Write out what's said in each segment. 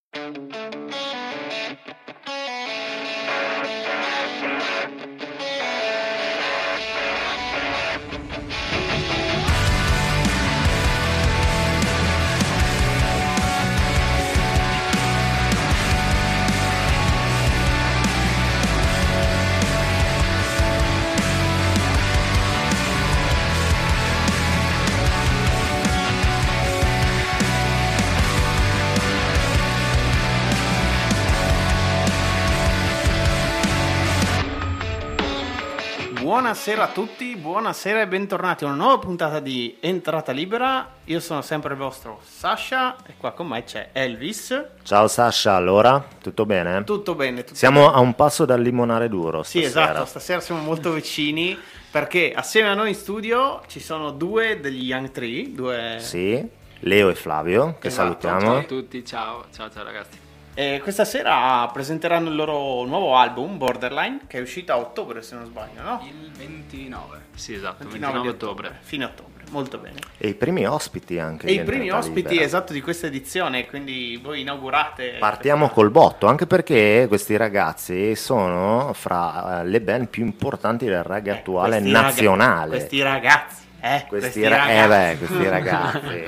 Buonasera a tutti, buonasera e bentornati a una nuova puntata di Entrata Libera. Io sono sempre il vostro Sasha e qua con me c'è Elvis. Ciao Sasha, allora, tutto bene? Tutto bene. Siamo bene. A un passo dal limonare duro stasera. Sì, esatto, stasera siamo molto vicini perché assieme a noi in studio ci sono due degli Young Tree, Sì, Leo e Flavio, che salutiamo. Ciao a tutti, ciao ragazzi. E questa sera presenteranno il loro nuovo album, Borderline, che è uscito a ottobre se non sbaglio, no? Il 29. Sì, esatto, 29 ottobre. Fine ottobre, molto bene. E i primi ospiti anche. E i primi ospiti, esatto, di questa edizione, quindi voi inaugurate. Partiamo col botto, anche perché questi ragazzi sono fra le band più importanti del reggae attuale nazionale. Questi ragazzi. Questi ragazzi.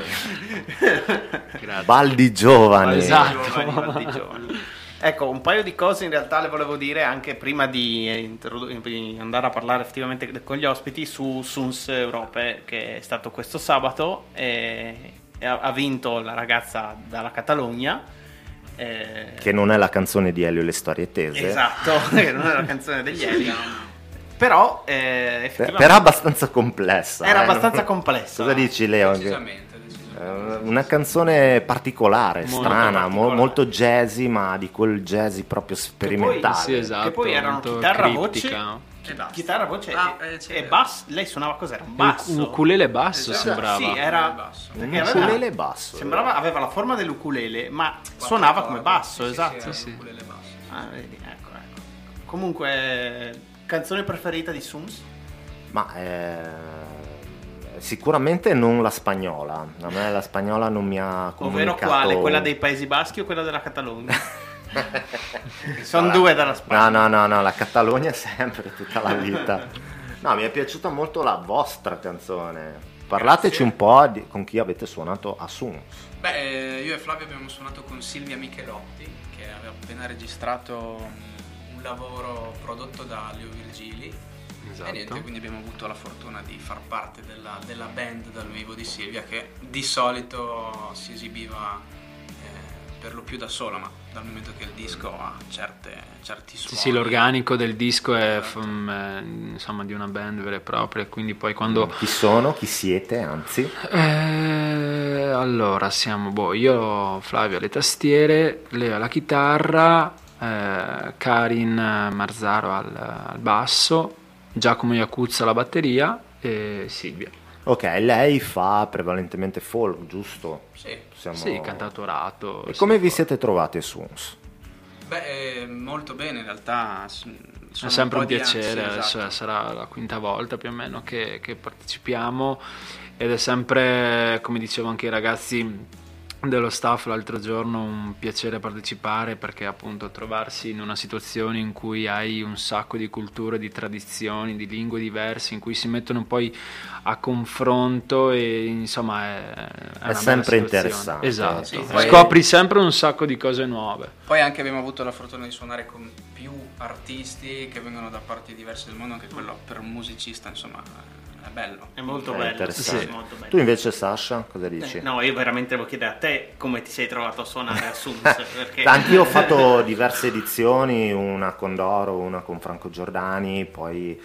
Baldi giovani. Esatto. Baldi giovani. Ecco, un paio di cose in realtà le volevo dire anche prima di andare a parlare effettivamente con gli ospiti su Suns Europe, che è stato questo sabato e ha vinto la ragazza dalla Catalogna. Che non è la canzone di Elio e le storie tese. Esatto, che non è la canzone degli Elio. Però effettivamente era abbastanza complessa. Era abbastanza complessa. Cosa dici, Leo? Decisamente. Una canzone particolare, Molto strana, particolare. molto jazzy, ma di quel jazzy proprio sperimentale. Sì, esatto. Che poi erano molto chitarra, criptica. chitarra, voce sì. e basso. Lei suonava cos'era? Un basso. Un ukulele basso Esatto. sembrava. Sì, era basso. perché Un aveva- ukulele basso. Sembrava aveva la forma dell'ukulele, ma suonava come basso, esatto. Sì. Ah, vedi, ecco. Comunque, canzone preferita di Suns? Ma sicuramente non la spagnola. A me la spagnola non mi ha comunicato. Ovvero quale? Quella dei Paesi Baschi o quella della Catalogna? Sono due dalla Spagna. No, la Catalogna sempre, tutta la vita. No, mi è piaciuta molto la vostra canzone. Parlateci un po' con chi avete suonato a Suns. Beh, io e Flavio abbiamo suonato con Silvia Michelotti, che aveva appena registrato un lavoro prodotto da Leo Virgili. Esatto. E niente, quindi abbiamo avuto la fortuna di far parte della band dal vivo di Silvia, che di solito si esibiva per lo più da sola, ma dal momento che il disco ha certi suoni. Sì, l'organico del disco è insomma di una band vera e propria, quindi poi quando... Chi sono? Chi siete, anzi? Allora, siamo io, Flavio alle tastiere, Leo alla chitarra, Karin Marzaro al basso, Giacomo Iacuzza alla batteria e Silvia. Ok, lei fa prevalentemente folk, giusto? Sì. Cantautorato. E sì, come vi folk. siete trovati a Suns? Beh, molto bene in realtà. È sempre un piacere, esatto. cioè, sarà la quinta volta più o meno che partecipiamo ed è sempre, come dicevo anche i ragazzi dello staff l'altro giorno, un piacere partecipare, perché appunto trovarsi in una situazione in cui hai un sacco di culture, di tradizioni, di lingue diverse in cui si mettono poi a confronto e insomma è una sempre bella situazione. interessante. Esatto, Sì, poi- scopri sempre un sacco di cose nuove. Poi anche abbiamo avuto la fortuna di suonare con più artisti che vengono da parti diverse del mondo, anche quello per un musicista insomma è bello. È molto È bello. interessante. Sì, molto bello. Tu invece, Sasha, cosa dici? No, io veramente devo chiedere a te come ti sei trovato a suonare a Suns, perché Anch'io ho fatto diverse edizioni, una con Doro, una con Franco Giordani, poi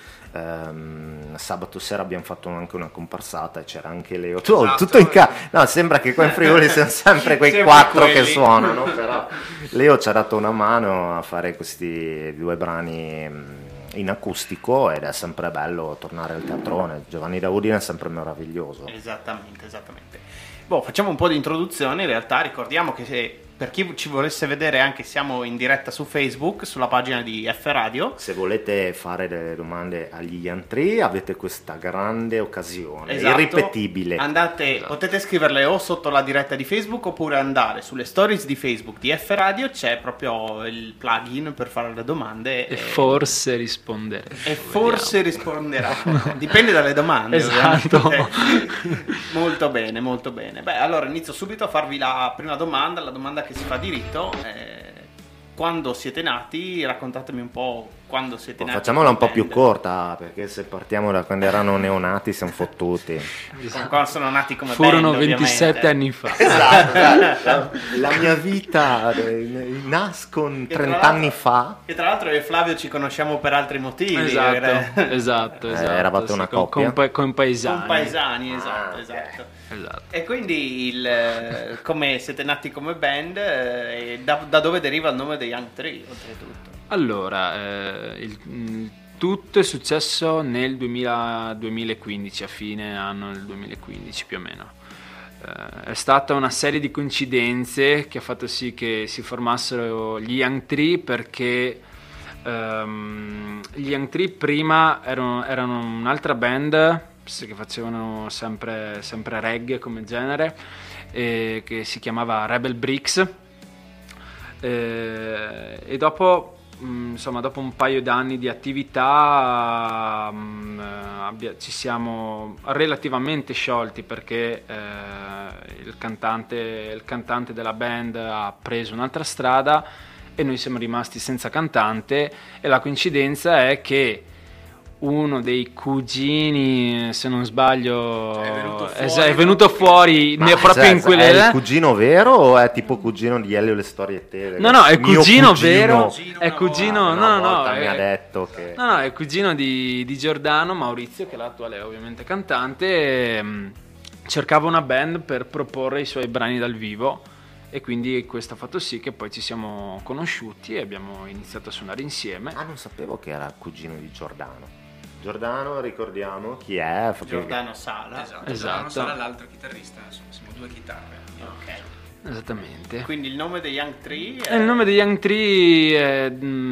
sabato sera abbiamo fatto anche una comparsata e c'era anche Leo. Tutto in no, sembra che qua in Friuli siano sempre quei Sempre quattro che quelli. suonano, però Leo ci ha dato una mano a fare questi due brani in acustico ed è sempre bello tornare al teatrone. Giovanni da Udine è sempre meraviglioso. Esattamente. Facciamo un po' di introduzione. In realtà ricordiamo che per chi ci volesse vedere, anche siamo in diretta su Facebook, sulla pagina di F Radio. Se volete fare delle domande agli Young Tree avete questa grande occasione, Esatto. irripetibile. Potete scriverle o sotto la diretta di Facebook oppure andare sulle stories di Facebook di F Radio, c'è proprio il plugin per fare le domande. E forse rispondere. E forse risponderà. Dipende dalle domande. Esatto. Ovviamente. Molto bene, molto bene. Beh, allora inizio subito a farvi la prima domanda, la domanda che si fa diritto. Quando siete nati? Raccontatemi un po' quando siete nati. Facciamola un po' più corta, perché se partiamo da quando erano neonati siamo fottuti. Quando sono nati come Furono band, 27 ovviamente. anni fa. Esatto. La mia vita nasco 30 anni fa. E tra l'altro io e Flavio ci conosciamo per altri motivi. Esatto. Eravate una coppia? Con paesani. Con paesani, esatto. E quindi come siete nati come band e da dove deriva il nome dei Young Tree, oltretutto? Allora, tutto è successo nel 2015, a fine anno del 2015 più o meno. È stata una serie di coincidenze che ha fatto sì che si formassero gli Young Tree, perché gli Young Tree prima erano un'altra band che facevano sempre reggae come genere, che si chiamava Rebel Bricks, e dopo un paio d'anni di attività ci siamo relativamente sciolti, perché il cantante della band ha preso un'altra strada e noi siamo rimasti senza cantante, e la coincidenza è che uno dei cugini, se non sbaglio, è venuto fuori proprio in quelle. È il cugino vero o è tipo cugino di Elio le storie tele? No, è cugino vero. È cugino. No, mi ha detto che. No, è cugino di Giordano, Maurizio, che è l'attuale ovviamente cantante. Cercava una band per proporre i suoi brani dal vivo, e quindi questo ha fatto sì che poi ci siamo conosciuti e abbiamo iniziato a suonare insieme. Non sapevo che era cugino di Giordano. Giordano, ricordiamo chi è? Giordano Sala. Esatto. Giordano Sala è l'altro chitarrista, insomma, siamo due chitarre. Ok. Esattamente. Quindi il nome dei Young Tree Il nome dei Young Tree è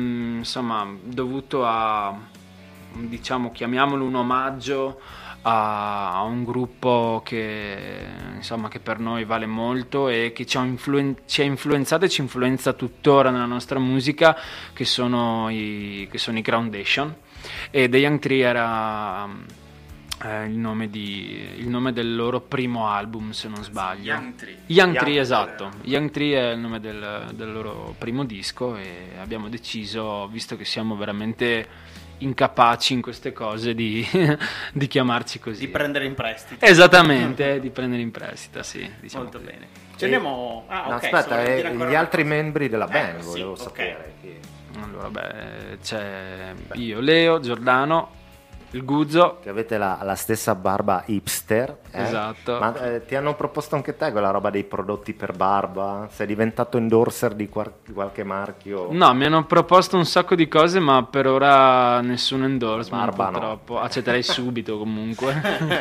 dovuto a, diciamo, chiamiamolo un omaggio a un gruppo che per noi vale molto e che ci ha influenzato e ci influenza tuttora nella nostra musica, che sono i Groundation. E The Young Tree era il nome del loro primo album, se non sbaglio. Young Tree, esatto. Young Tree è il nome del loro primo disco, e abbiamo deciso, visto che siamo veramente incapaci in queste cose, di chiamarci così. Di prendere in prestito. Esattamente, di prendere in prestito, sì. Diciamo molto così. bene. Ci andiamo. Aspetta, gli altri membri della band, volevo sì, sapere. Allora, c'è io, Leo, Giordano, il Guzzo. Che avete la stessa barba hipster. Esatto. Ma ti hanno proposto anche te quella roba dei prodotti per barba? Sei diventato endorser di qualche marchio? No, mi hanno proposto un sacco di cose, ma per ora nessun endorsement, barba, purtroppo. Accetterei subito comunque.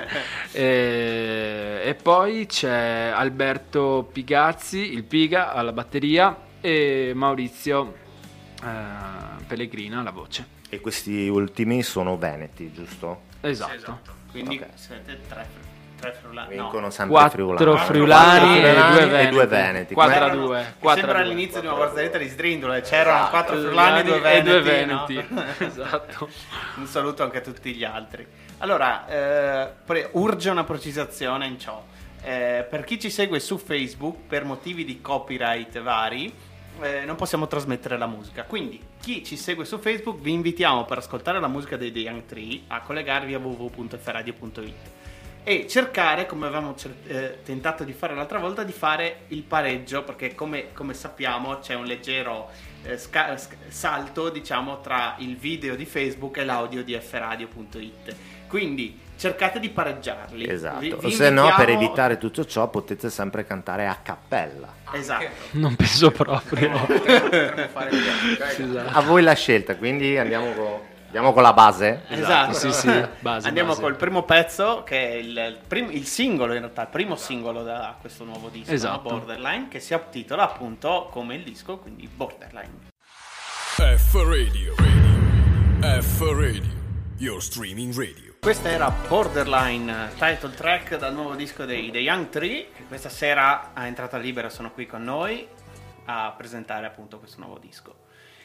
E poi c'è Alberto Pigazzi, il Piga, alla batteria, e Maurizio Pellegrina alla voce. E questi ultimi sono veneti, giusto? Esatto. Quindi Ok. siete tre friulani. Vincono sempre 4 friulani. friulani e due veneti. 4 a Come- 2. Sembra all'inizio di una barzelletta di Sdrindole. C'erano 4 friulani e 2 veneti. E 2 veneti. No? Esatto. Un saluto anche a tutti gli altri. Allora, urge una precisazione in ciò. Per chi ci segue su Facebook, per motivi di copyright vari, non possiamo trasmettere la musica. Quindi, chi ci segue su Facebook, vi invitiamo, per ascoltare la musica dei The Young Tree, a collegarvi a www.fradio.it e cercare, come avevamo tentato di fare l'altra volta, di fare il pareggio, perché come sappiamo c'è un leggero salto, diciamo, tra il video di Facebook e l'audio di fradio.it. Quindi cercate di pareggiarli. Esatto. Vi O se no, per invitiamo- evitare tutto ciò, potete sempre cantare a cappella. Esatto. Non penso proprio. Potremmo fare Esatto. A voi la scelta, quindi andiamo con Andiamo con la base? Esatto, sì, base, andiamo base. col primo pezzo che è il singolo, in realtà il primo singolo da questo nuovo disco, Esatto. no? Borderline, che si intitola appunto come il disco, quindi Borderline. F-Radio, F-Radio, your streaming radio. Questa era Borderline, title track dal nuovo disco dei The Young Tree, che questa sera a entrata libera sono qui con noi a presentare appunto questo nuovo disco.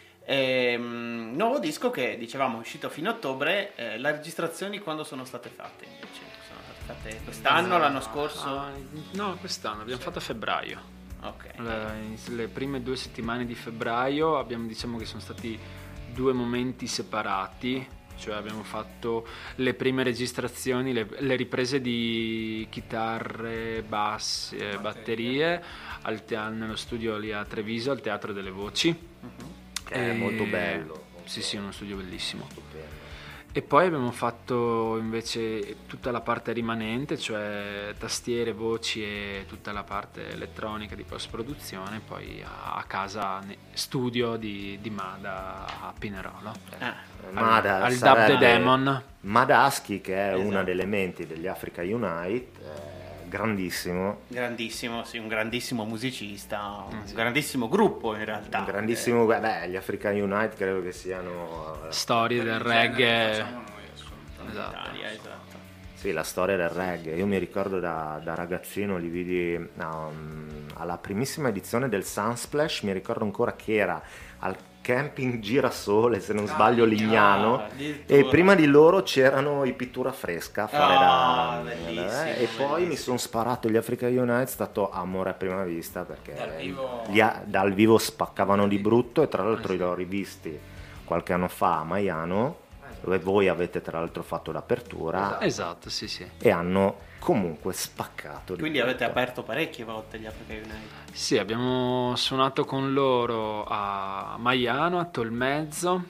Nuovo disco che dicevamo è uscito fino a ottobre. Le registrazioni quando sono state fatte invece? Sono state fatte quest'anno, l'anno scorso? No, quest'anno, abbiamo fatto a febbraio. Ok. Le prime 2 settimane di febbraio diciamo che sono stati 2 momenti separati, cioè abbiamo fatto le prime registrazioni, le riprese di chitarre, bassi, batterie nello studio lì a Treviso, al Teatro delle Voci. Che è molto bello. Sì, uno studio bellissimo. Stupendo. E poi abbiamo fatto invece tutta la parte rimanente, cioè tastiere, voci e tutta la parte elettronica di post-produzione, poi a casa, studio di Mada a Pinerolo. Mada Al Dub sarebbe the Demon. Madaschi, che è una Esatto. delle menti degli Africa Unite, grandissimo. Grandissimo, sì, un grandissimo musicista, un grandissimo gruppo in realtà. Un grandissimo, gli Africa Unite credo che siano Storie del Il genere che reggae. facciamo noi, assolutamente. Esatto. Italia, esatto. sì, la storia del reggae. Io mi ricordo da ragazzino li vidi alla primissima edizione del Sunsplash, mi ricordo ancora che era al camping Girasole, se non sbaglio, Lignano, addirittura. e prima di loro c'erano i Pittura Fresca a fare bellissimo, e poi mi bellissimo. sono sparato gli Africa Unite, è stato amore a prima vista, perché Dal vivo- dal vivo spaccavano di brutto, e tra l'altro li ho rivisti qualche anno fa a Maiano, dove voi avete tra l'altro fatto l'apertura, Esatto, sì. e hanno comunque spaccato di Quindi brutto. avete aperto parecchie volte gli Africa Unite. Sì, abbiamo suonato con loro a Maiano, a Tolmezzo,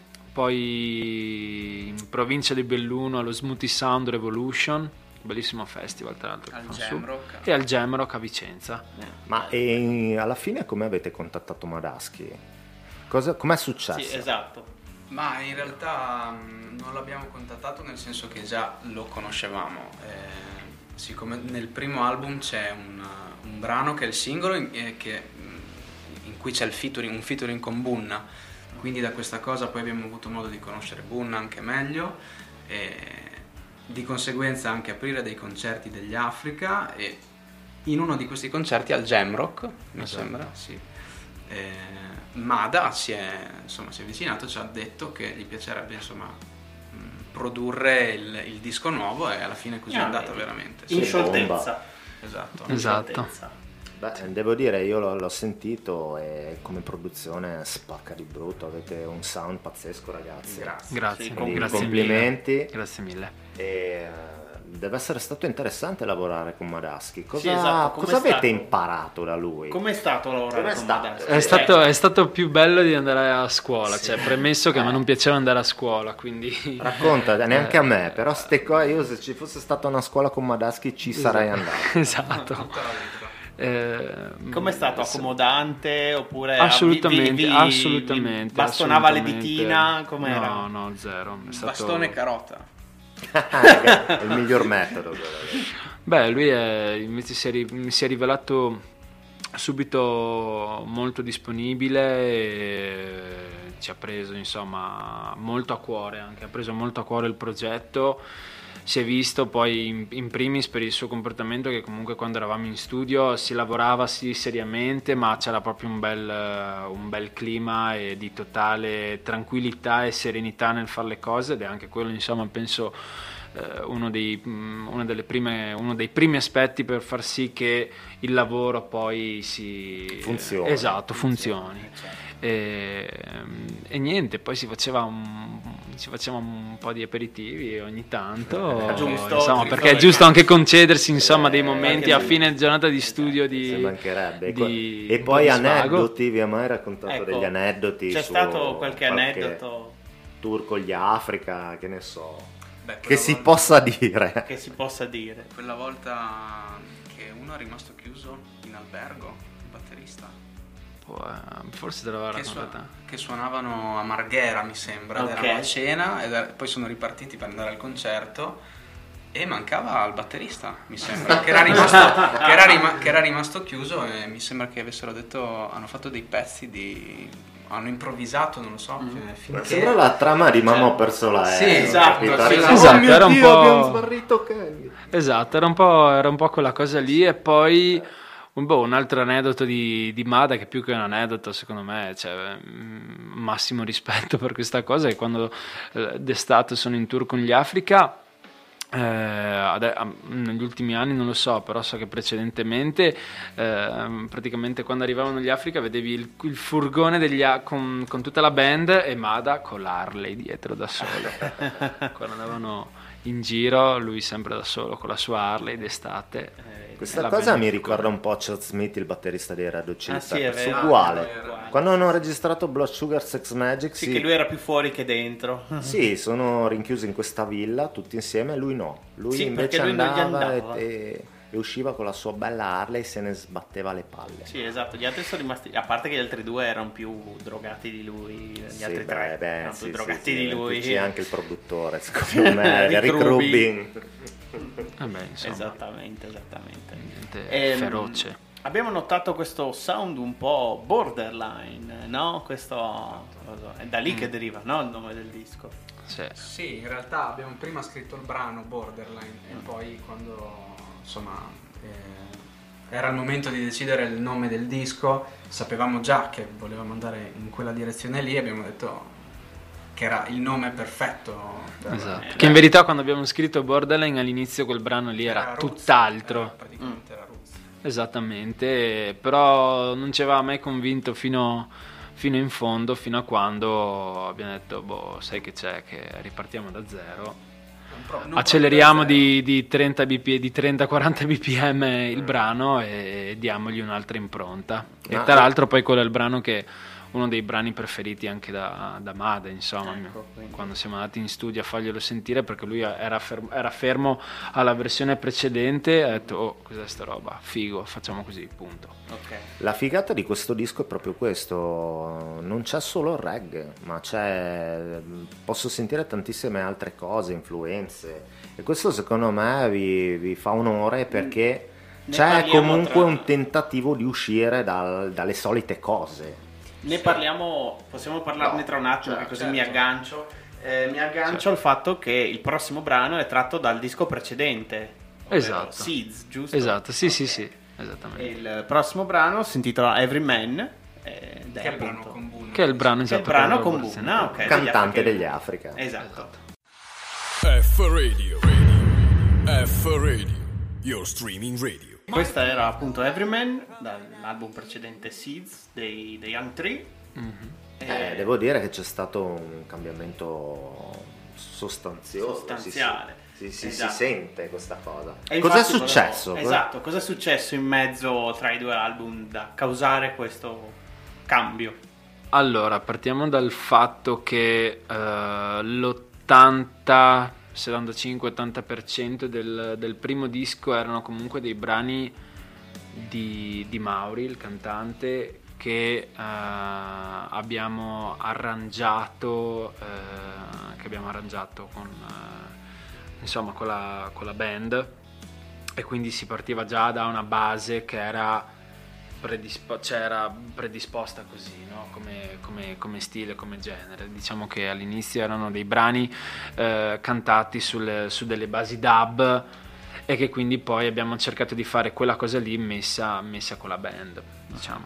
poi in provincia di Belluno allo Smoothie Sound Revolution, bellissimo festival tra l'altro. Al che fanno su. Jamrock. E al Jamrock a Vicenza. Ma alla fine come avete contattato Madaschi? Com'è successo? Sì, esatto. Ma in realtà non l'abbiamo contattato, nel senso che già lo conoscevamo. Siccome nel primo album c'è un brano che è il singolo in cui c'è un featuring con Bunna, quindi da questa cosa poi abbiamo avuto modo di conoscere Bunna anche meglio, e di conseguenza anche aprire dei concerti degli Africa, e in uno di questi concerti al Jamrock, mi sembra, sì. Mada si è avvicinato, ci ha detto che gli piacerebbe produrre il disco nuovo, e alla fine così è andata veramente. In Sì, scioltezza. Esatto. In Esatto. scioltezza. Beh, devo dire, io l'ho sentito e come produzione spacca di brutto, avete un sound pazzesco, ragazzi. Grazie, Sì, Quindi grazie complimenti. mille. Grazie mille. E deve essere stato interessante lavorare con Madaschi. Sì, esatto. Com'è Cosa avete stato? imparato da lui? Com'è stato lavorare Com'è con stato? Madaschi? È stato più bello di andare a scuola, cioè premesso che a me non piaceva andare a scuola, quindi Racconta, neanche a me, però io se ci fosse stata una scuola con Madaschi ci sarei andato. esatto. Tutta la vita. Com'è stato? Accomodante oppure Assolutamente, assolutamente. bastonava le assolutamente. ditina? Com'era? No, zero. È stato... Bastone e carota. È il miglior metodo quello lì. Beh, lui invece mi si è rivelato subito molto disponibile e ci ha preso molto a cuore, anche ha preso molto a cuore il progetto. Si è visto poi in primis per il suo comportamento, che comunque quando eravamo in studio si lavorava sì seriamente, ma c'era proprio un bel clima e di totale tranquillità e serenità nel fare le cose, ed è anche quello penso uno dei primi aspetti per far sì che il lavoro poi funzioni. Esatto, funzioni. E niente, poi si faceva un po' di aperitivi ogni tanto, Giusto, perché è giusto anche concedersi dei momenti a fine giornata di studio Se mancherebbe. di E poi di svago. aneddoti, vi ha mai raccontato Ecco, degli aneddoti? C'è su stato qualche aneddoto tour con gli Africa, che ne so, Beh, che quella si volta- possa dire. che si possa dire? Quella volta che uno è rimasto chiuso in albergo, il batterista. forse te l'avevo raccontata. Che suonavano a Marghera, mi sembra, erano a cena e poi sono ripartiti per andare al concerto e mancava il batterista, mi sembra, che era rimasto chiuso, e mi sembra che avessero detto, hanno fatto dei pezzi hanno improvvisato, non lo so, finché... Sembra la trama di Mamma ho perso l'aereo. Sì, esatto, era un po'... abbiamo smarrito Kenny. Esatto, era un po' quella cosa lì. E poi un altro aneddoto di Mada, che più che un aneddoto secondo me, cioè, massimo rispetto per questa cosa, è quando d'estate sono in tour con gli Africa. Negli ultimi anni non lo so, però so che precedentemente praticamente quando arrivavano gli Africa vedevi il furgone con tutta la band e Mada con l'Harley dietro da solo. Quando andavano in giro lui sempre da solo con la sua Harley d'estate. Questa cosa mi ricorda un po' Chad Smith, il batterista dei Red Hot Chili Peppers, sì, uguale. Quando hanno registrato Blood Sugar Sex Magic, sì, che lui era più fuori che dentro. Sì, sono rinchiusi in questa villa tutti insieme, lui no. Lui sì, invece lui andava e usciva con la sua bella Harley e se ne sbatteva le palle. Sì, esatto, gli altri sono rimasti, a parte che gli altri due erano più drogati di lui, gli altri tre erano più drogati di lui. C'è anche il produttore, secondo me, Rick Rubin. Vabbè, insomma, Esattamente. Feroce. Abbiamo notato questo sound un po' borderline, no? Questo è da lì che deriva, no? Il nome del disco. Sì, in realtà abbiamo prima scritto il brano Borderline e poi quando insomma era il momento di decidere il nome del disco, sapevamo già che volevamo andare in quella direzione lì, abbiamo detto che era il nome perfetto. Esatto. Che in verità quando abbiamo scritto Borderline all'inizio quel brano lì era tutt'altro. Praticamente era Roots. Esattamente, però non ci aveva mai convinto fino in fondo, fino a quando abbiamo detto, sai che c'è, che ripartiamo da zero, acceleriamo di 30-40 bpm il brano e diamogli un'altra impronta. E tra l'altro poi quello è il brano che uno dei brani preferiti anche da Mada, insomma, quando siamo andati in studio a farglielo sentire, perché lui era fermo alla versione precedente, ha detto cos'è sta roba, figo, facciamo così, punto. La figata di questo disco è proprio questo, non c'è solo il reggae, ma posso sentire tantissime altre cose, influenze, e questo secondo me vi fa onore, perché c'è comunque un tentativo di uscire dalle solite cose. Ne parliamo, possiamo parlarne tra un attimo, che così mi aggancio. Al fatto che il prossimo brano è tratto dal disco precedente. Esatto. Seeds, giusto? Esatto, sì, esattamente. E il prossimo brano si intitola Every Man. Che è il brano con Boone. Che è il brano, esatto, che è il brano con Boone, cantante degli Africa. Esatto. F-Radio, F-Radio, your streaming radio. Questa era appunto Everyman dall'album precedente Seeds dei Young Tree. Devo dire che c'è stato un cambiamento sostanziale. Si sente questa cosa. Cosa è successo? Cosa è successo in mezzo tra i due album da causare questo cambio? Allora, partiamo dal fatto che l'80 75-80% del primo disco erano comunque dei brani di Mauri, il cantante, che abbiamo arrangiato con la band, e quindi si partiva già da una base che era predisposta così, no? come stile, come genere. Diciamo che all'inizio erano dei brani cantati su delle basi dub, e che quindi poi abbiamo cercato di fare quella cosa lì messa con la band, diciamo.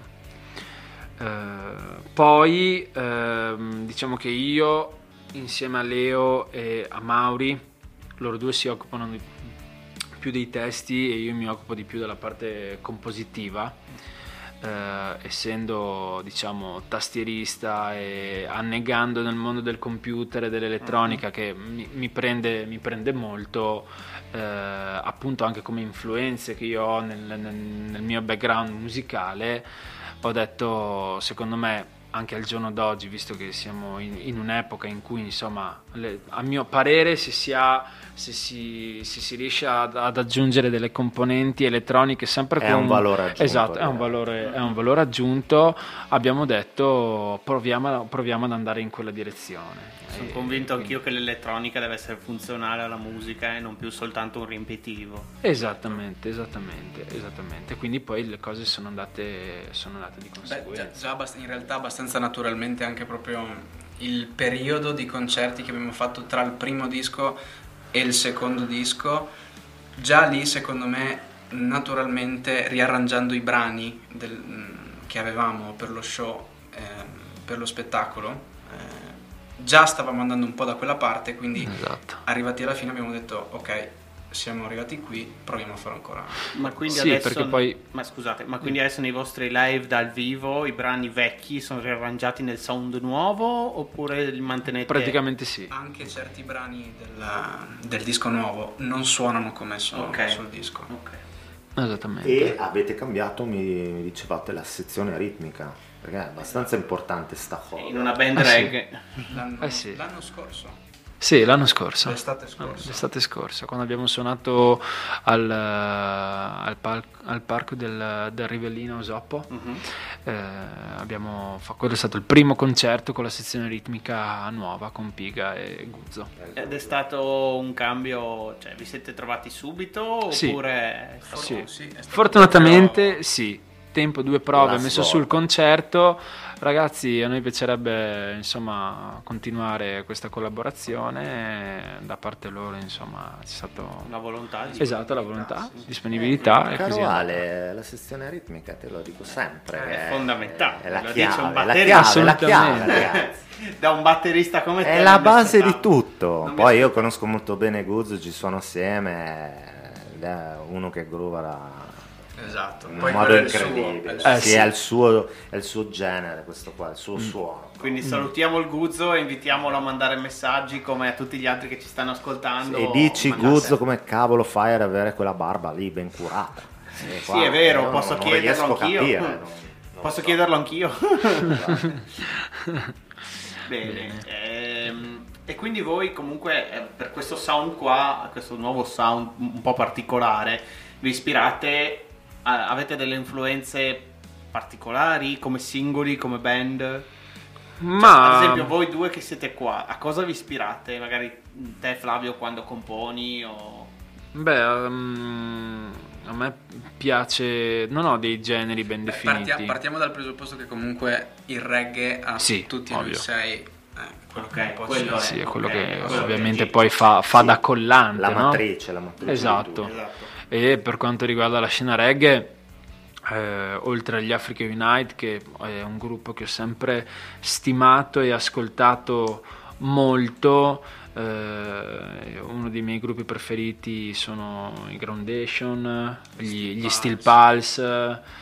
Poi diciamo che io, insieme a Leo e a Mauri, loro due si occupano più dei testi e io mi occupo di più della parte compositiva. Essendo, diciamo, tastierista e annegando nel mondo del computer e dell'elettronica, che mi prende molto, appunto anche come influenze che io ho nel mio background musicale, ho detto, secondo me anche al giorno d'oggi, visto che siamo in un'epoca in cui, insomma, a mio parere, se si riesce ad aggiungere delle componenti elettroniche sempre è un valore aggiunto. Esatto, è un valore aggiunto. Abbiamo detto proviamo ad andare in quella direzione. Sono convinto anch'io che l'elettronica deve essere funzionale alla musica e non più soltanto un riempitivo. Esattamente. Quindi poi le cose sono andate di conseguenza. Già in realtà abbastanza naturalmente anche proprio il periodo di concerti che abbiamo fatto tra il primo disco e il secondo disco, già lì secondo me naturalmente riarrangiando i brani che avevamo per lo show, per lo spettacolo, già stavamo andando un po' da quella parte, quindi esatto. Arrivati alla fine abbiamo detto ok, siamo arrivati qui, proviamo a fare ancora. Ma quindi sì, adesso, perché poi... ma scusate, ma quindi adesso nei vostri live dal vivo i brani vecchi sono riarrangiati nel sound nuovo oppure li mantenete? Praticamente sì. Anche certi brani del disco nuovo non suonano come sono sul disco. Esattamente. E avete cambiato, mi dicevate, la sezione ritmica, perché è abbastanza importante sta cosa. In una band reggae. L'anno scorso. Sì, l'anno scorso. L'estate scorsa, quando abbiamo suonato al parco del Rivellino Osoppo. Quello è stato il primo concerto con la sezione ritmica nuova con Piga e Guzzo. Ed è stato un cambio, cioè vi siete trovati subito oppure? Sì. Sì, è stato Fortunatamente sì. Tempo 2 prove, La messo svolta. sul concerto. Ragazzi, a noi piacerebbe insomma continuare questa collaborazione, da parte loro insomma c'è stata La volontà. esatto, la volontà, disponibilità e Caro così. Ale, la sezione ritmica, te lo dico sempre, È fondamentale, è la lo dice un chiave, batterista. la chiave, Assolutamente. ragazzi. Da un batterista come te. È la non mi base di aspettavo. tutto. Non mi Poi io conosco molto bene Guzzo, ci suono assieme, ed è uno che groova Esatto. in un Poi modo quello è il suo, incredibile. è il Sì, sì. è il suo genere, questo qua, il suo suono. Quindi salutiamo il Guzzo e invitiamolo a mandare messaggi come a tutti gli altri che ci stanno ascoltando. E dici Mandate- Guzzo come cavolo fai ad avere quella barba lì ben curata? Sì, è vero, posso chiederlo riesco a anch'io. capire, non Posso so. chiederlo anch'io? Bene. E quindi voi comunque per questo sound qua, questo nuovo sound un po' particolare, vi ispirate, avete delle influenze particolari come singoli, come band? Ma Ad esempio voi due che siete qua, a cosa vi ispirate? Magari te Flavio quando componi o... beh, a me piace, non ho dei generi ben definiti. Partiamo dal presupposto che comunque il reggae a Sì, tutti ovvio. noi sei quello che un po' quello ci- Sì, è quello Ok, che quello ovviamente che poi fa da collante, La no? matrice di Esatto. tutto. E per quanto riguarda la scena reggae, oltre agli Africa Unite, che è un gruppo che ho sempre stimato e ascoltato molto, uno dei miei gruppi preferiti sono i Groundation, gli Steel Pulse,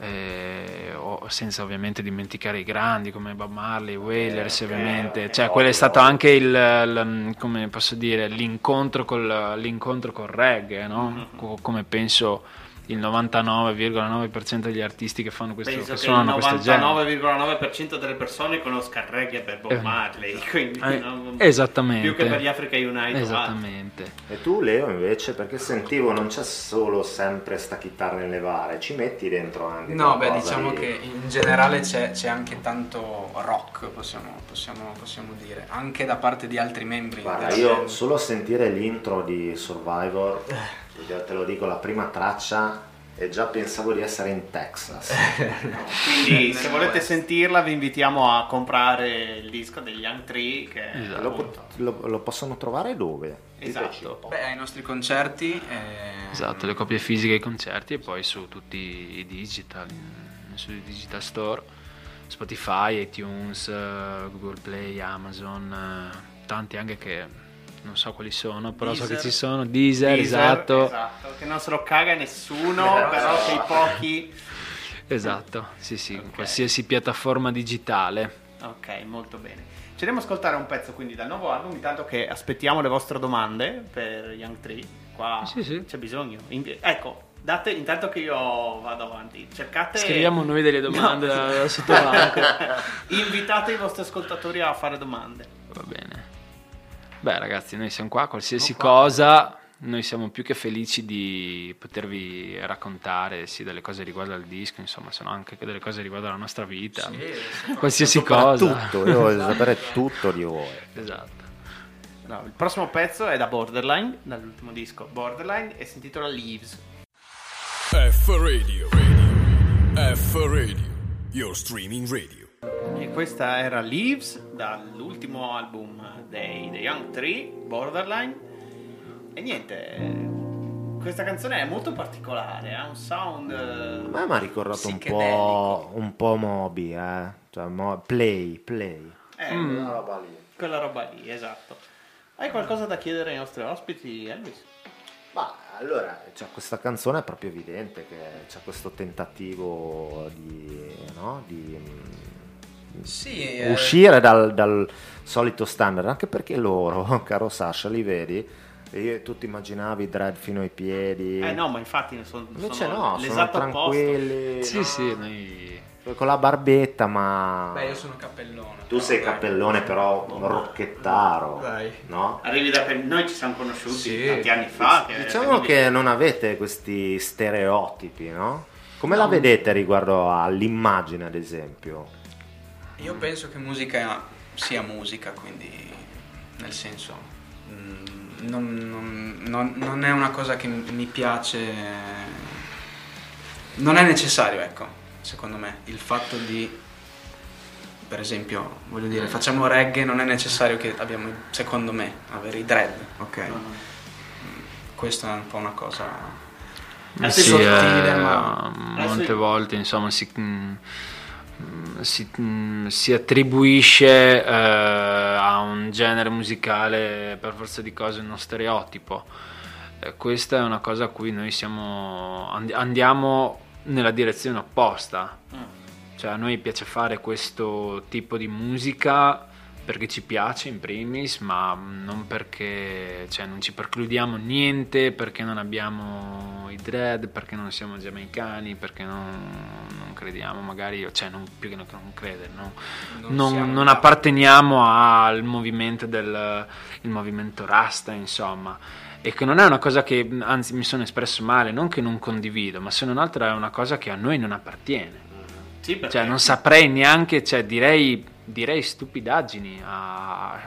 senza ovviamente dimenticare i grandi come Bob Marley, Wailers, ovviamente. Cioè quello è stato anche come posso dire, l'incontro col reggae, no? Come penso il 99,9% degli artisti che fanno questo, Penso che che suonano il questo genere. 99,9% delle persone conosca il reggae per Bob Marley, quindi Esattamente. più che per gli Africa Unite. Esattamente. E tu Leo invece, perché sentivo non c'è solo sempre sta chitarra in levare, ci metti dentro anche No, beh, qualcosa diciamo di- che in generale c'è anche tanto rock, possiamo dire, anche da parte di altri membri. Guarda, della io band. solo a sentire l'intro di Survivor, te lo dico, la prima traccia, e già pensavo di essere in Texas. Quindi se volete sentirla vi invitiamo a comprare il disco degli Young Tree che Lo possono trovare dove? Esatto. Beh, ai nostri concerti. Esatto, le copie fisiche ai concerti e poi su tutti i digital, sui digital store, Spotify, iTunes, Google Play, Amazon, tanti anche che non so quali sono, però so che ci sono, Deezer, esatto, che non se lo caga nessuno, però sei pochi. esatto, sì, qualsiasi piattaforma digitale. Ok, molto bene. Ci andiamo ad ascoltare un pezzo quindi dal nuovo album, intanto che aspettiamo le vostre domande per Young Tree. Qua Sì. c'è bisogno. Ecco, intanto che io vado avanti, cercate... Scriviamo noi delle domande da sottobanco. Invitate i vostri ascoltatori a fare domande. Va bene. Beh ragazzi, noi siamo qua, qualsiasi cosa, noi siamo più che felici di potervi raccontare sì delle cose riguardo al disco, insomma, sono anche delle cose riguardo alla nostra vita, qualsiasi cosa. Tutto, io voglio sapere tutto di voi. Esatto. No, il prossimo pezzo è da Borderline, dall'ultimo disco Borderline, e si intitola Leaves. F Radio. F Radio. Your streaming radio. E questa era Leaves, dall'ultimo album dei The Young Tree, Borderline. E niente, questa canzone è molto particolare, ha un sound... A me mi ha ricordato psichedelico. un po' Moby, cioè Play. Quella roba lì, esatto. Hai qualcosa da chiedere ai nostri ospiti, Elvis? Ma allora, cioè, questa canzone è proprio evidente che c'è questo tentativo di Sì, uscire dal solito standard, anche perché loro, caro Sasha, li vedi? E tu ti immaginavi i dread fino ai piedi. No, ma infatti Invece no, sono l'esatto tranquilli. Sì, sì, noi... Con la barbetta, ma... Beh, io sono cappellone. Tu sei cappellone, però rocchettaro, Dai. no? Arrivi da... Noi ci siamo conosciuti Sì. tanti anni fa. Diciamo che non avete questi stereotipi, no? Come la vedete riguardo all'immagine, ad esempio? Io penso che musica sia musica, quindi nel senso non è una cosa che mi piace, non è necessario, ecco, secondo me, il fatto di, per esempio, voglio dire, facciamo reggae, non è necessario che abbiamo, secondo me, avere i dread, ok? Questa è un po' una cosa Sì, sottile, ma molte volte insomma si attribuisce a un genere musicale per forza di cose uno stereotipo. Questa è una cosa a cui noi andiamo nella direzione opposta, cioè a noi piace fare questo tipo di musica perché ci piace in primis, ma non perché, cioè, non ci precludiamo niente, perché non abbiamo i dread, perché non siamo giamaicani, perché non crediamo magari, cioè non più che non credere, no? non apparteniamo al movimento il movimento Rasta, insomma, e che non è una cosa che, anzi, mi sono espresso male, non che non condivido, ma se non altro è una cosa che a noi non appartiene. Sì, Cioè non saprei neanche, cioè direi stupidaggini a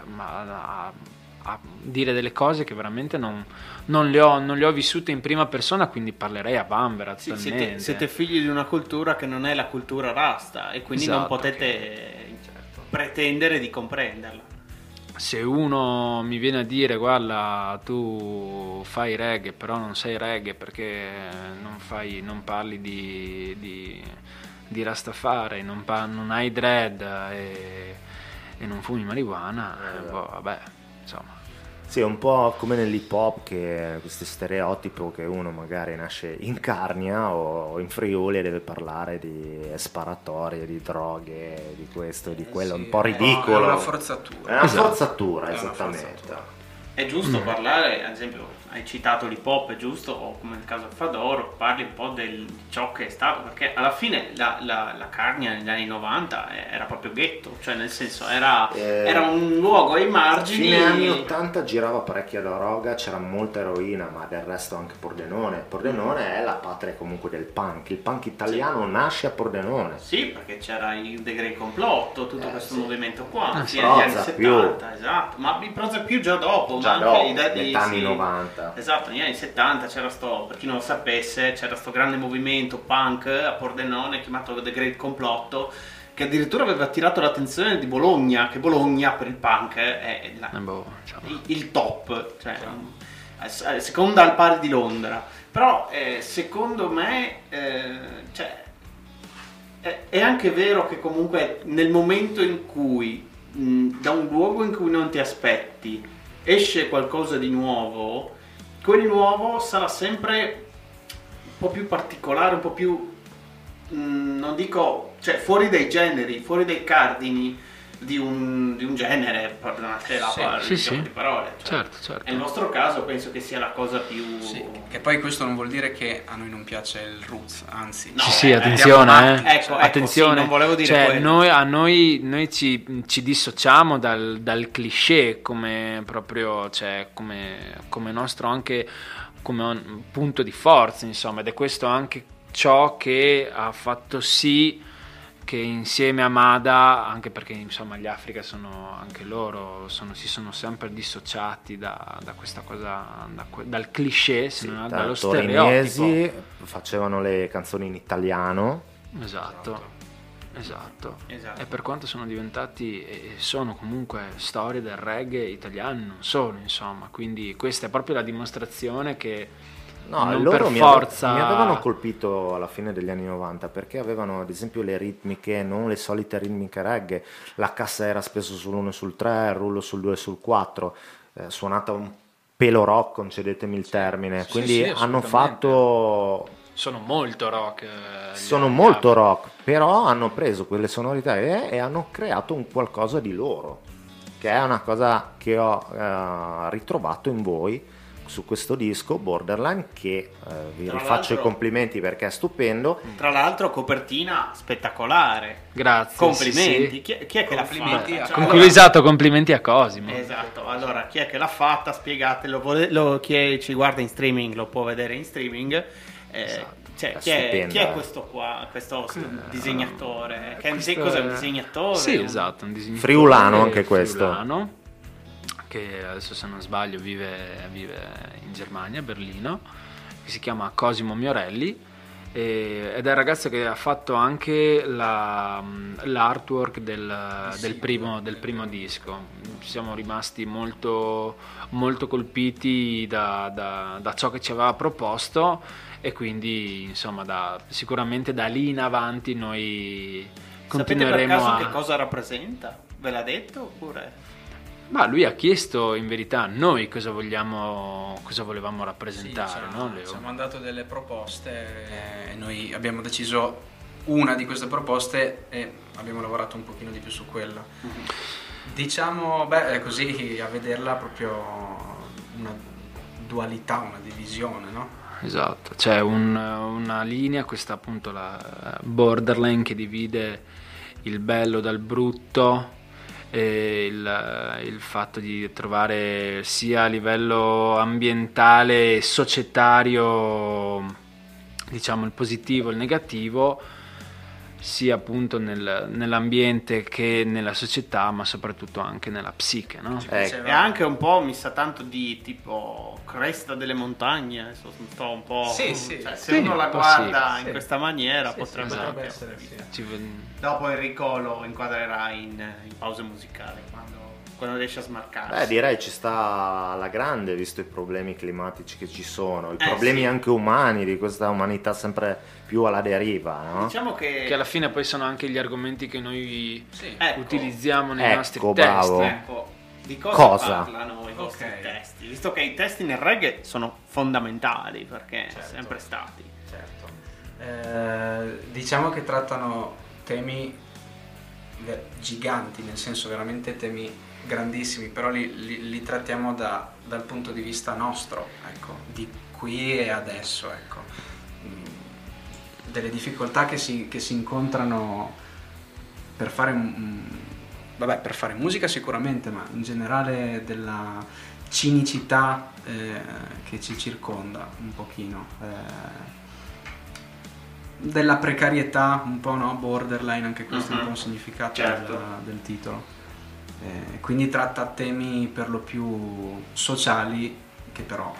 dire delle cose che veramente non le ho vissute in prima persona, quindi parlerei a bambera totalmente. Siete figli di una cultura che non è la cultura Rasta e quindi non Esatto, potete pretendere di comprenderla. Se uno mi viene a dire guarda tu fai reggae però non sei reggae perché non parli di Rastafari, non hai dread e non fumi marijuana, vabbè, insomma. Sì, è un po' come nell'hip hop, che è questo stereotipo che uno magari nasce in Carnia o in Friuli e deve parlare di sparatorie, di droghe, di questo e di quello, sì, un po' ridicolo. È una forzatura. È una forzatura, È una esattamente. forzatura. È giusto parlare, ad esempio, hai citato l'hip hop, è giusto, o come nel caso del Fadoro, parli un po' di ciò che è stato, perché alla fine la Carnia negli anni 90 era proprio ghetto, cioè nel senso era un luogo ai margini. Fine anni 80 girava parecchia droga, c'era molta eroina, ma del resto anche Pordenone. Pordenone è la patria comunque del punk, il punk italiano nasce a Pordenone. Sì, perché c'era il The Great Complotto, tutto questo movimento qua, sì. fine degli anni Proza 70, esatto, ma il Proza più già dopo, Già ma dopo, anche negli anni 90. Esatto, negli anni 70 c'era per chi non lo sapesse, c'era sto grande movimento punk a Pordenone chiamato The Great Complotto, che addirittura aveva attirato l'attenzione di Bologna, che Bologna per il punk è il top, cioè seconda al pari di Londra. Però secondo me cioè, è anche vero che comunque nel momento in cui da un luogo in cui non ti aspetti esce qualcosa di nuovo, quel nuovo sarà sempre un po' più particolare, un po' più non dico, cioè fuori dai generi, fuori dai cardini, di un genere, perdonate il gioco di parole. Cioè, certo. Nel vostro caso penso che sia la cosa più... Sì, che poi questo non vuol dire che a noi non piace il roots, anzi. No, sì, attenzione. Ecco, attenzione. Sì, non volevo dire cioè, quello. noi ci dissociamo dal cliché come proprio, cioè, come nostro anche come un punto di forza, insomma, ed è questo anche ciò che ha fatto sì che insieme a Mada, anche perché insomma gli Africa sono anche loro si sono sempre dissociati da questa cosa, dal cliché, se non dallo torinesi stereotipo. facevano le canzoni in italiano. Esatto. E per quanto sono diventati e sono comunque storie del reggae italiano, non solo, insomma, quindi questa è proprio la dimostrazione che non loro per forza mi avevano colpito alla fine degli anni 90 perché avevano ad esempio le ritmiche, non le solite ritmiche reggae, la cassa era spesso sull'1 e sul 3, il rullo sul 2 e sul 4, suonata un pelo rock, concedetemi il termine, quindi hanno fatto... Sono molto rock. Rock, però hanno preso quelle sonorità e hanno creato un qualcosa di loro, che è una cosa che ho ritrovato in voi su questo disco Borderline, che vi rifaccio i complimenti perché è stupendo. Tra l'altro copertina spettacolare. Grazie. Complimenti. Sì. Chi è che l'ha fatta? Esatto, complimenti a Cosimo. Esatto, allora chi è che l'ha fatta? Spiegatelo, chi ci guarda in streaming lo può vedere in streaming. Cioè, chi è questo qua, questo disegnatore? Cos'è un disegnatore? Sì, esatto, un disegnatore friulano anche questo. Friulano, che adesso se non sbaglio vive in Germania, a Berlino, che si chiama Cosimo Miorelli, ed è il ragazzo che ha fatto anche l'artwork del primo disco. Siamo rimasti molto, molto colpiti da ciò che ci aveva proposto, e quindi insomma sicuramente da lì in avanti noi continueremo. Sapete per caso che cosa rappresenta? Ve l'ha detto oppure? Ma lui ha chiesto in verità a noi cosa volevamo rappresentare, sì, no, Leo? Ci ha mandato delle proposte e noi abbiamo deciso una di queste proposte e abbiamo lavorato un pochino di più su quella. Diciamo, è così a vederla proprio una dualità, una divisione, no? Esatto, c'è una linea, questa appunto la borderline, che divide il bello dal brutto, e il fatto di trovare sia a livello ambientale e societario, diciamo, il positivo e il negativo, sia appunto nell'ambiente che nella società, ma soprattutto anche nella psiche, no? E anche un po' mi sa tanto di tipo cresta delle montagne, sto un po'... Sì. Cioè, se uno la guarda in questa maniera potrebbe essere, sì. Dopo Enrico lo inquadrerà in pause musicali quando riesce a smarcarsi. Direi ci sta alla grande, visto i problemi climatici che ci sono, i problemi anche umani di questa umanità sempre più alla deriva, no? Diciamo che alla fine poi sono anche gli argomenti che noi ecco, utilizziamo nei nostri testi. Bravo. Ecco, di cosa parlano i vostri testi? Visto che i testi nel reggae sono fondamentali, perché sempre stati. Certo. Diciamo che trattano temi giganti, nel senso veramente temi grandissimi, però li trattiamo dal punto di vista nostro, ecco, di qui e adesso, ecco. Delle difficoltà che si incontrano per fare per fare musica sicuramente, ma in generale della cinicità che ci circonda un pochino, della precarietà un po', no? Borderline, anche questo è un po' un significato del titolo. Quindi tratta temi per lo più sociali che però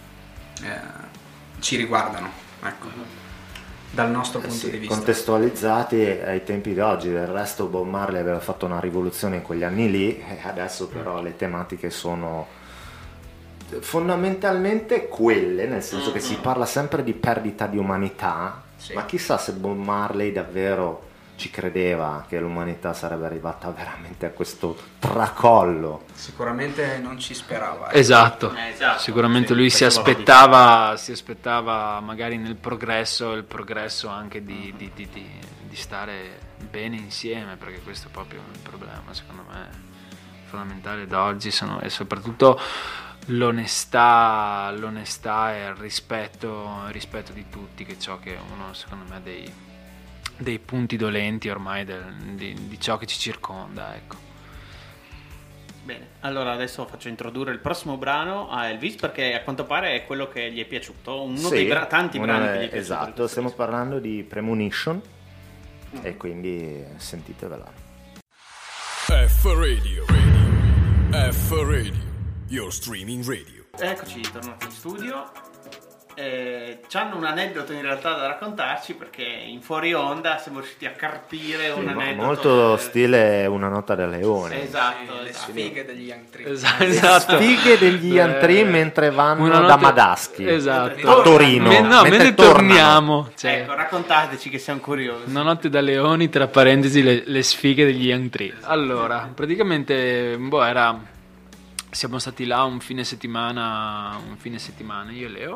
ci riguardano, ecco, dal nostro punto di vista. Contestualizzati ai tempi di oggi, del resto Bob Marley aveva fatto una rivoluzione in quegli anni lì, e adesso però le tematiche sono fondamentalmente quelle, nel senso che si parla sempre di perdita di umanità, ma chissà se Bob Marley davvero ci credeva che l'umanità sarebbe arrivata veramente a questo tracollo. Sicuramente non ci sperava. Esatto. Sicuramente lui si aspettava magari nel progresso, il progresso anche di bene insieme, perché questo è proprio il problema, secondo me, fondamentale d'oggi, e soprattutto l'onestà e il rispetto di tutti, che è ciò che uno, secondo me, dei punti dolenti ormai di ciò che ci circonda, ecco. Bene, allora adesso faccio introdurre il prossimo brano a Elvis, perché a quanto pare è quello che gli è piaciuto, uno dei tanti brani che gli è piaciuto. Esatto, stiamo parlando di Premonition, e quindi sentitevela. F-Radio, F-Radio, your streaming radio. Eccoci, tornati in studio. C'hanno un aneddoto in realtà da raccontarci, perché in fuori onda siamo riusciti a carpire un aneddoto molto stile Una nota da leone. Esatto, le sfighe degli Young Tree. Esatto. Sfighe degli Young Tree mentre vanno Una da notte- Madaschi esatto. a Torino, mentre torniamo, cioè, ecco, raccontateci che siamo curiosi. Una notte da leoni, tra parentesi le sfighe degli Young Tree. Allora, praticamente siamo stati là un fine settimana io e Leo,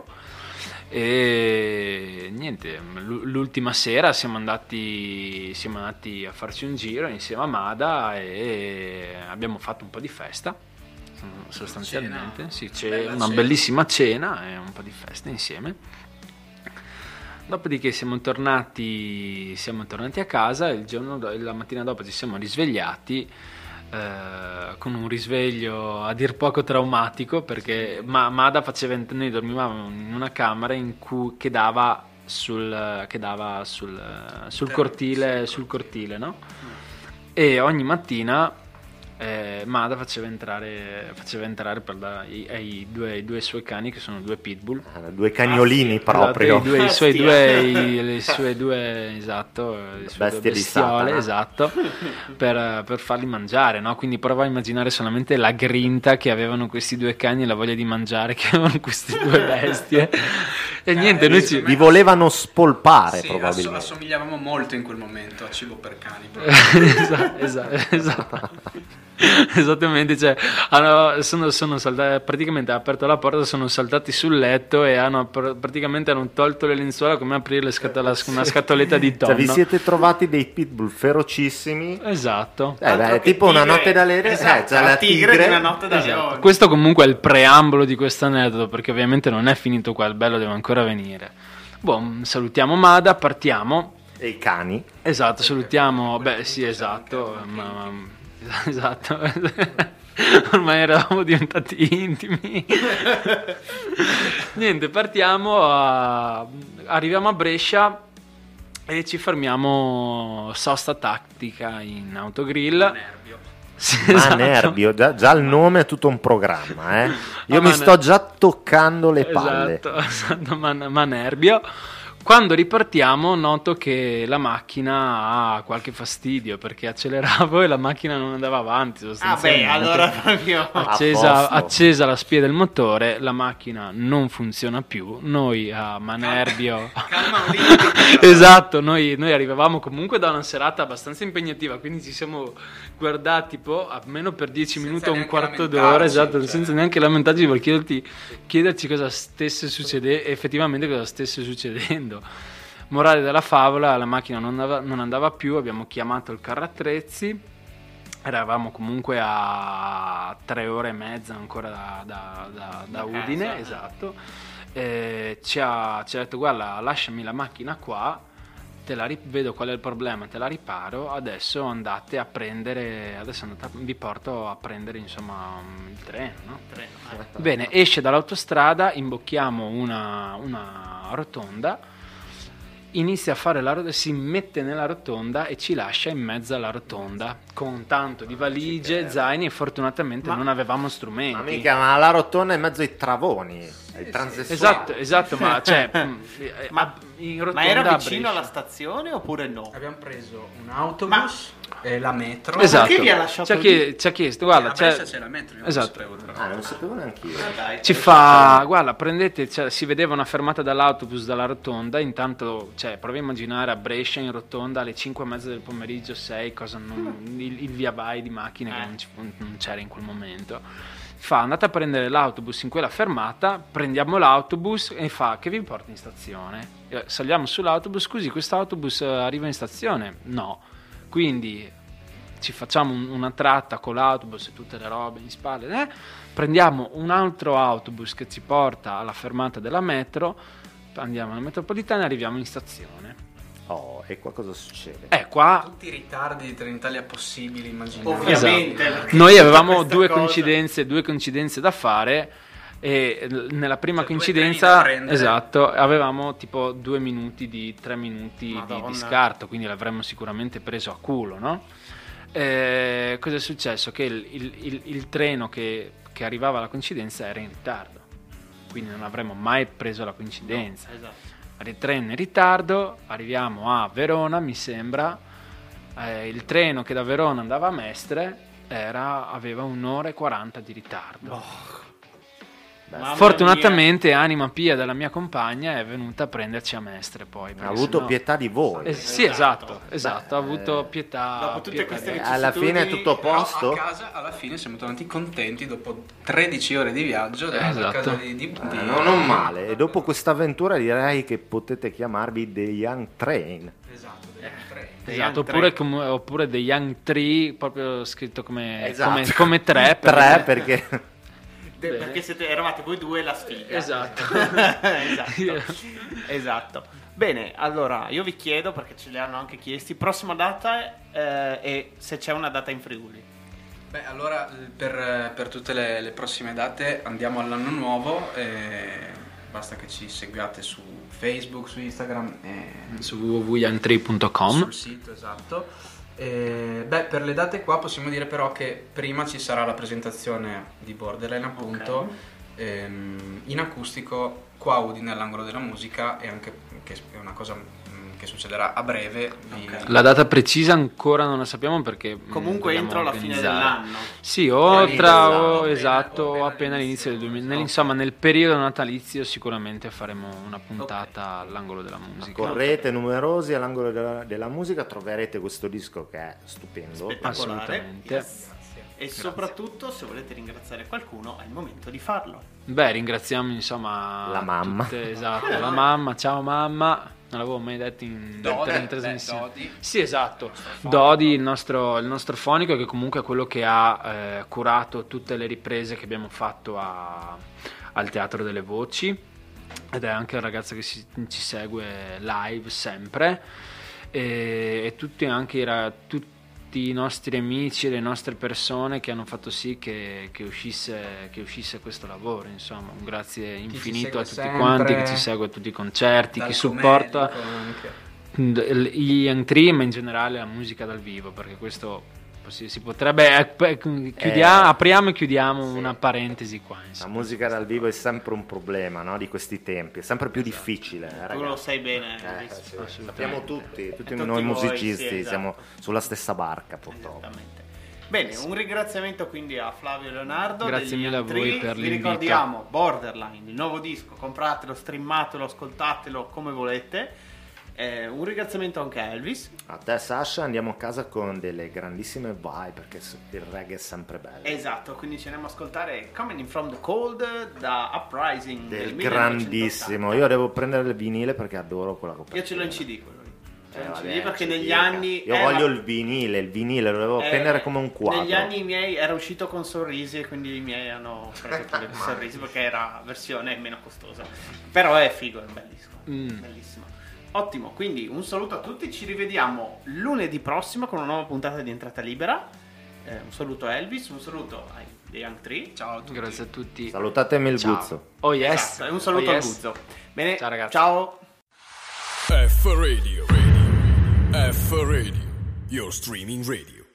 e niente, l'ultima sera siamo andati a farci un giro insieme a Mada e abbiamo fatto un po' di festa, sostanzialmente. Sì, c'è una bellissima cena e un po' di festa insieme. Dopodiché siamo tornati a casa, la mattina dopo ci siamo risvegliati con un risveglio a dir poco traumatico, perché Mada noi dormivamo in una camera che dava sul cortile, no? E ogni mattina Mada faceva entrare ai due suoi cani, che sono due pitbull, due cagnolini proprio, le sue due bestie di bestiole, Satana. esatto, per farli mangiare, no? Quindi prova a immaginare solamente la grinta che avevano questi due cani e la voglia di mangiare che avevano queste due bestie. E niente, noi li volevano spolpare, sì, probabilmente. assomigliavamo molto in quel momento a Cibo per cani. esatto. Esattamente, cioè sono saltati, praticamente ha aperto la porta, sono saltati sul letto e hanno tolto le lenzuola, come aprire una scatoletta di tonno. Cioè, vi siete trovati dei pitbull ferocissimi. Esatto. Tipo Una notte da leone, esatto, c'è la tigre di Una notte da Esatto. leone. Questo comunque è il preambolo di questo aneddoto, perché ovviamente non è finito qua, il bello deve ancora venire. Salutiamo Mada, partiamo. E i cani. Esatto, salutiamo. Beh, sì, esatto. Esatto. Ormai eravamo diventati intimi. Niente, arriviamo a Brescia e ci fermiamo, sosta tattica in autogrill. Sì, Manerbio, già il nome è tutto un programma, Io mi sto già toccando le palle. Esatto, Manerbio. Quando ripartiamo noto che la macchina ha qualche fastidio, perché acceleravo e la macchina non andava avanti sostanzialmente. Allora proprio accesa la spia del motore, la macchina non funziona più. Noi a Manerbio esatto, noi arrivavamo comunque da una serata abbastanza impegnativa, quindi ci siamo guardati almeno per 10 minuti o un quarto d'ora, esatto, senza neanche lamentarci, per chiederci cosa stesse succedendo, effettivamente cosa stesse succedendo. Morale della favola, la macchina non andava più, abbiamo chiamato il carro attrezzi, eravamo comunque a 3 ore e mezza ancora da Udine, esatto. Ci ha detto: guarda, lasciami la macchina qua, vedo qual è il problema, te la riparo, adesso andate a prendere, vi porto a prendere insomma il treno, no? Bene, esce dall'autostrada, imbocchiamo una rotonda, inizia a fare si mette nella rotonda e ci lascia in mezzo alla rotonda con tanto di valigie, zaini, e fortunatamente non avevamo strumenti. Ma la rotonda è in mezzo ai travoni, ai transessuali. Esatto, ma cioè in rotonda ma era a vicino Brescia. alla stazione oppure no? Abbiamo preso un autobus e la metro. Esatto. Perché vi ha lasciato ci ha chiesto, guarda, A Brescia c'è la metro, io non esatto. lo sapevo. Non sapevo neanche io. Ci fa, guarda, prendete, si vedeva una fermata dall'autobus dalla rotonda, intanto, prova a immaginare a Brescia in rotonda alle 5:30 del pomeriggio, 6, il via vai di macchine che non c'era in quel momento. Andate a prendere l'autobus in quella fermata, prendiamo l'autobus e che vi porta in stazione. Saliamo sull'autobus, scusi, quest'autobus arriva in stazione? No. quindi ci facciamo una tratta con l'autobus e tutte le robe in spalle, prendiamo un altro autobus che ci porta alla fermata della metro, andiamo alla metropolitana e arriviamo in stazione. E qua cosa succede? Qua Tutti i ritardi di Trenitalia possibili, immaginate. Ovviamente. Esatto. Noi avevamo due coincidenze coincidenze da fare, e nella prima Cioè, coincidenza, 2 treni da prendere. esatto, avevamo tipo 3 minuti di Madonna. scarto, quindi l'avremmo sicuramente preso a culo, no? Cosa è successo? Che il treno che arrivava alla coincidenza era in ritardo, quindi non avremmo mai preso la coincidenza. Esatto. Treno in ritardo, arriviamo a Verona, mi sembra, il treno che da Verona andava a Mestre aveva 1 ora e 40 di ritardo. Mamma Fortunatamente Anima Pia della mia compagna è venuta a prenderci a Mestre poi. Ha avuto pietà di voi. Sì, esatto, ha avuto pietà. Dopo tutte queste di- Alla fine è tutto a Però posto? a casa alla fine siamo tornati contenti dopo 13 ore di viaggio da Esatto. casa di Non male. E dopo questa avventura direi che potete chiamarvi The Young Train. Esatto, degli treni. Esatto, oppure The Young Tree, proprio scritto come, Esatto. come 3. 3 perché... Perché eravate voi due la sfiga. Esatto. Esatto. Bene, allora io vi chiedo, perché ce li hanno anche chiesti, prossima data e se c'è una data in Friuli. Beh, allora per tutte le prossime date andiamo all'anno nuovo, basta che ci seguiate su Facebook, su Instagram e Su www.youngtree.com. sul sito, esatto. Per le date qua possiamo dire però che prima ci sarà la presentazione di Borderline, appunto, in acustico qua a Udine all'angolo della musica, e anche che è una cosa che succederà a breve. La data precisa ancora non la sappiamo perché Comunque dobbiamo entro la fine organizzare. dell'anno. Sì, o tra o esatto, appena appena l'inizio del 2000. Ok. Insomma, nel periodo natalizio sicuramente faremo una puntata all'angolo della musica. Correte numerosi all'angolo della musica, troverete questo disco che è stupendo. Spettacolare. Assolutamente. E soprattutto, se volete ringraziare qualcuno, è il momento di farlo. Beh, ringraziamo insomma La mamma. Esatto, la mamma, ciao mamma. Non l'avevo mai detto in trasmissione. Dodi. Sì, esatto. Dodi, il nostro fonico, che comunque è quello che ha curato tutte le riprese che abbiamo fatto al Teatro delle Voci, ed è anche il ragazzo che ci segue live sempre, e tutti i nostri amici e le nostre persone che hanno fatto sì che uscisse questo lavoro. Insomma, un grazie infinito a tutti sempre, quanti, che ci segue a tutti i concerti, dal chi supporta Comelico anche. i Young Tree, ma in generale la musica dal vivo, perché questo si potrebbe apriamo e chiudiamo una parentesi qua, La insomma. musica dal vivo è sempre un problema, no? Di questi tempi, è sempre più difficile, Tu ragazzi. lo sai bene. Sì, Luis. sappiamo tutti tutti noi voi, musicisti, sì, esatto. siamo sulla stessa barca purtroppo. Esattamente. Bene, un ringraziamento quindi a Flavio e Leonardo. Grazie degli mille a Young voi Tree. per Vi l'invito. ricordiamo Borderline, il nuovo disco, compratelo, streamatelo, ascoltatelo come volete. Un ringraziamento anche a Elvis. A te Sasha, andiamo a casa con delle grandissime vibe, perché il reggae è sempre bello. Esatto, quindi ci andiamo a ascoltare Coming in From the Cold da Uprising Del 1980. grandissimo. Io devo prendere il vinile perché adoro quella copertina. Io ce l'ho in CD quello lì. Ce l'ho in Vabbè, CD perché ci negli dica. anni Io voglio il vinile lo devo prendere come un quadro. Negli anni miei era uscito con Sorrisi e quindi i miei hanno preso quello di Sorrisi perché era versione meno costosa. Però è figo, è bellissimo. Bellissimo. Ottimo, quindi un saluto a tutti, ci rivediamo lunedì prossimo con una nuova puntata di Entrata Libera. Un saluto a Elvis, un saluto ai The Young Tree. Ciao a tutti. Grazie a tutti. Salutatemi il Ciao. Guzzo. Oh yes. Esatto, e un saluto Oh, al yes. Guzzo. Bene, Ciao, ragazzi. ciao. F Radio. F Radio. Your streaming radio.